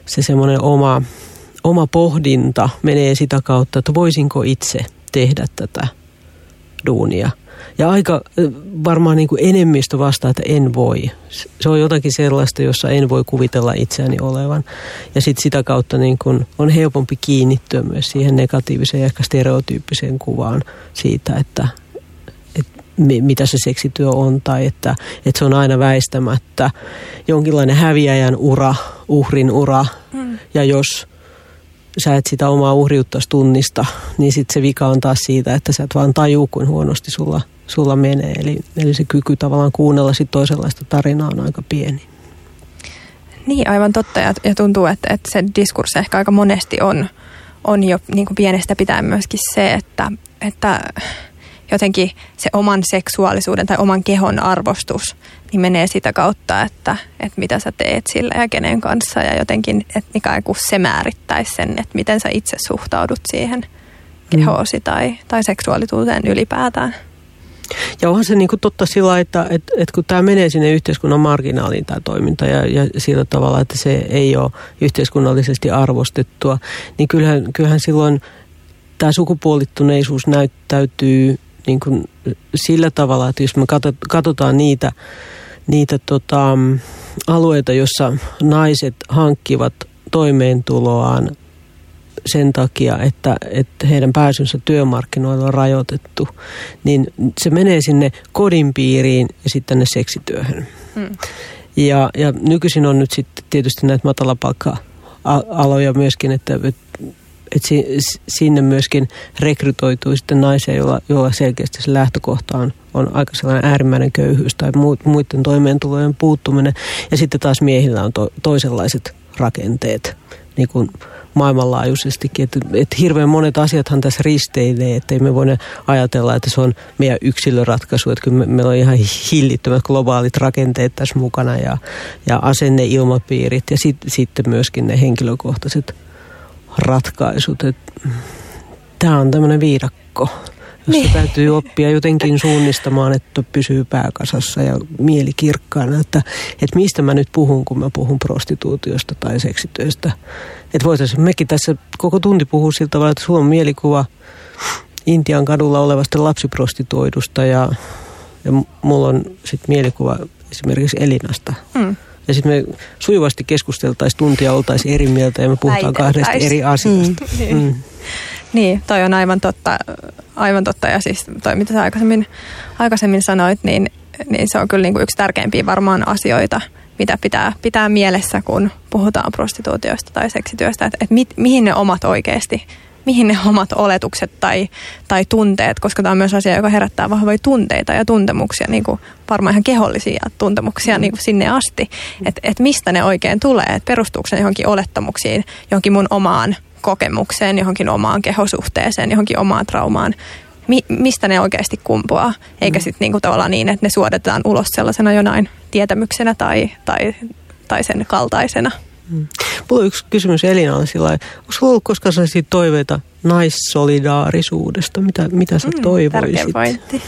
se semmoinen oma pohdinta menee sitä kautta, että voisinko itse tehdä tätä duunia. Ja aika varmaan niin kuin enemmistö vastaa, että en voi. Se on jotakin sellaista, jossa en voi kuvitella itseäni olevan. Ja sitten sitä kautta niin kuin on helpompi kiinnittyä myös siihen negatiiviseen ja ehkä stereotyyppiseen kuvaan siitä, että mitä se seksityö on, tai että se on aina väistämättä jonkinlainen häviäjän ura, uhrin ura. Ja jos sä et sitä omaa uhriuttasi tunnista, niin sitten se vika on taas siitä, että sä et vaan tajuu, kuin huonosti sulla menee. Eli se kyky tavallaan kuunnella sit toisenlaista tarinaa on aika pieni. Niin, aivan totta. Ja tuntuu, että se diskurssi ehkä aika monesti on jo niin kuin pienestä pitäen myöskin se, että jotenkin se oman seksuaalisuuden tai oman kehon arvostus niin menee sitä kautta, että mitä sä teet sillä ja kenen kanssa. Ja jotenkin, että ikään kuin se määrittäisi sen, että miten sä itse suhtaudut siihen kehoosi tai seksuaalisuuteen ylipäätään. Ja onhan se niin kuin totta sillä, että kun tämä menee sinne yhteiskunnan marginaaliin tämä toiminta ja sillä tavalla, että se ei ole yhteiskunnallisesti arvostettua, niin kyllähän silloin tämä sukupuolittuneisuus näyttäytyy niin kuin sillä tavalla, että jos me katsotaan niitä alueita, jossa naiset hankkivat toimeentuloaan sen takia, että heidän pääsynsä työmarkkinoilla on rajoitettu, niin se menee sinne kodin piiriin ja sitten tänne seksityöhön. Ja nykyisin on nyt sitten tietysti näitä matalapalkka-aloja myöskin, että sinne myöskin rekrytoituu sitten naisia, joilla selkeästi se lähtökohta on aika sellainen äärimmäinen köyhyys tai muiden toimeentulojen puuttuminen. Ja sitten taas miehillä on toisenlaiset rakenteet niin kuin maailmanlaajuisestikin. Että hirveän monet asiathan tässä risteilee, että ei me voida ajatella, että se on meidän yksilöratkaisu. Että kyllä meillä on ihan hillittömät globaalit rakenteet tässä mukana ja asenneilmapiirit ja sitten myöskin ne henkilökohtaiset ratkaisut. Tämä on tämmöinen viidakko, jossa täytyy oppia jotenkin suunnistamaan, että pysyy pää kasassa ja mieli kirkkaana. Että mistä mä nyt puhun, kun mä puhun prostituutiosta tai seksityöstä. Että voitaisiin mekin tässä koko tunti puhua sillä tavalla, että sulla on mielikuva Intian kadulla olevasta lapsiprostituoidusta ja mulla on sitten mielikuva esimerkiksi Elinasta. Ja sitten me sujuvasti keskusteltaisiin tuntia, oltaisiin eri mieltä ja me puhutaan kahdesta eri asiasta. Niin, toi on aivan totta. Ja siis toi, mitä sä aikaisemmin sanoit, niin se on kyllä niin kuin yksi tärkeimpiä varmaan asioita, mitä pitää mielessä, kun puhutaan prostituutiosta tai seksityöstä. Että mihin ne omat oletukset tai tunteet, koska tämä on myös asia, joka herättää vahvoja tunteita ja tuntemuksia, niin kuin varmaan ihan kehollisia tuntemuksia niin kuin sinne asti. Että mistä ne oikein tulee, että perustuuko ne johonkin olettamuksiin, johonkin mun omaan kokemukseen, johonkin omaan kehosuhteeseen, johonkin omaan traumaan. Mistä ne oikeasti kumpuaa, eikä sitten niinku tavallaan niin, että ne suodatetaan ulos sellaisena jonain tietämyksenä tai sen kaltaisena. Mulla on yksi kysymys Elinalle sillä lailla. Onko sulla ollut koskaan sellaisia toiveita naissolidaarisuudesta? Mitä sä toivoisit? Tärkeä pointti.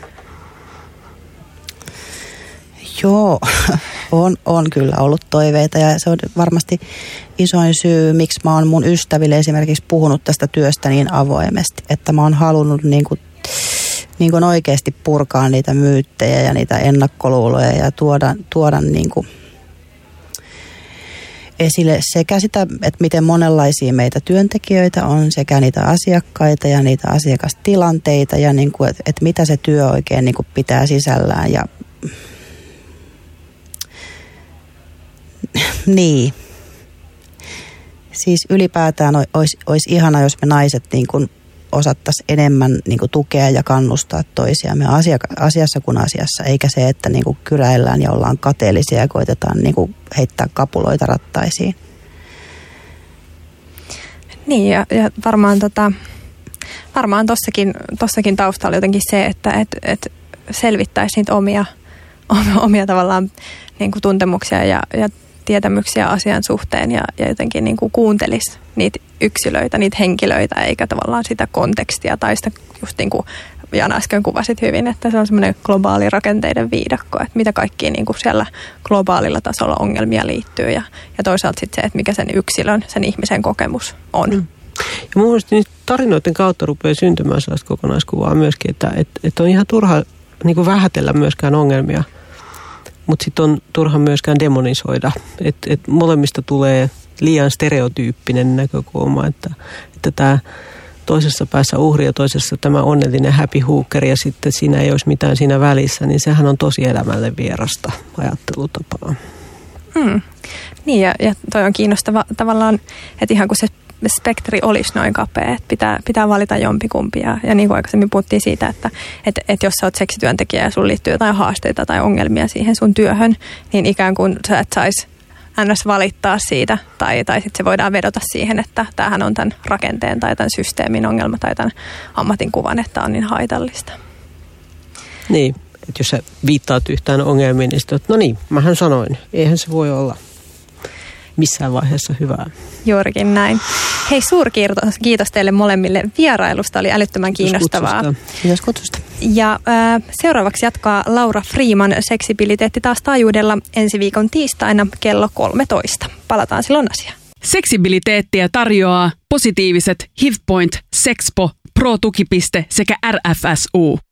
Joo, on kyllä ollut toiveita ja se on varmasti isoin syy, miksi mä oon mun ystäville esimerkiksi puhunut tästä työstä niin avoimesti, että mä oon halunnut niin kuin oikeasti purkaa niitä myyttejä ja niitä ennakkoluuloja ja tuoda niin kuin esille sekä sitä, että miten monenlaisia meitä työntekijöitä on, sekä niitä asiakkaita ja niitä asiakastilanteita ja niin kuin, että mitä se työ oikein niin kuin pitää sisällään ja niin. Siis ylipäätään olisi ihana, jos me naiset niin kuin osattaisiin enemmän niin kuin tukea ja kannustaa toisiamme asiassa kuin asiassa, eikä se, että niin kuin kyräillään ja ollaan kateellisia ja koitetaan niin kuin heittää kapuloita rattaisiin. Niin, ja varmaan tossakin taustalla jotenkin se, että selvittäisi niitä omia tavallaan niin kuin tuntemuksia ja tietämyksiä asian suhteen ja jotenkin niin kuin kuuntelisi niitä yksilöitä, niitä henkilöitä, eikä tavallaan sitä kontekstia tai sitä just niin kuin Jana äsken kuvasit hyvin, että se on semmoinen globaali rakenteiden viidakko, että mitä kaikkia niin kuin siellä globaalilla tasolla ongelmia liittyy ja toisaalta sitten se, että mikä sen yksilön, sen ihmisen kokemus on. Ja mun mielestä tarinoiden kautta rupeaa syntymään sellaista kokonaiskuvaa myöskin, että on ihan turha niin kuin vähätellä myöskään ongelmia, mutta sitten on turha myöskään demonisoida. Että molemmista tulee liian stereotyyppinen näkökulma, että tämä toisessa päässä uhri ja toisessa tämä onnellinen happy hooker ja sitten siinä ei olisi mitään siinä välissä, niin sehän on tosi elämälle vierasta ajattelutapaa. Niin ja toi on kiinnostava tavallaan, että ihan kun se spektri olisi noin kapea, että pitää valita jompikumpi. Ja niin kuin aikaisemmin puhuttiin siitä, että jos sä oot seksityöntekijä ja sun liittyy jotain haasteita tai ongelmia siihen sun työhön, niin ikään kuin sä et saisi ns. Valittaa siitä, tai sitten se voidaan vedota siihen, että tämähän on tämän rakenteen tai tämän systeemin ongelma tai tämän ammatin kuvan, että on niin haitallista. Niin, että jos sä viittaat yhtään ongelmiin, niin sitten, no niin, mähän sanoin, eihän se voi olla missään vaiheessa hyvää. Juurikin näin. Hei, suurkiitos teille molemmille vierailusta, oli älyttömän kiinnostavaa. Kiitos kutsusta. Ja seuraavaksi jatkaa Laura Freeman Seksibiliteetti taas taajuudella ensi viikon tiistaina kello 13. Palataan silloin asiaan. Seksibiliteettiä tarjoaa positiiviset HIVPoint, Sexpo, Pro-tukipiste sekä RFSU.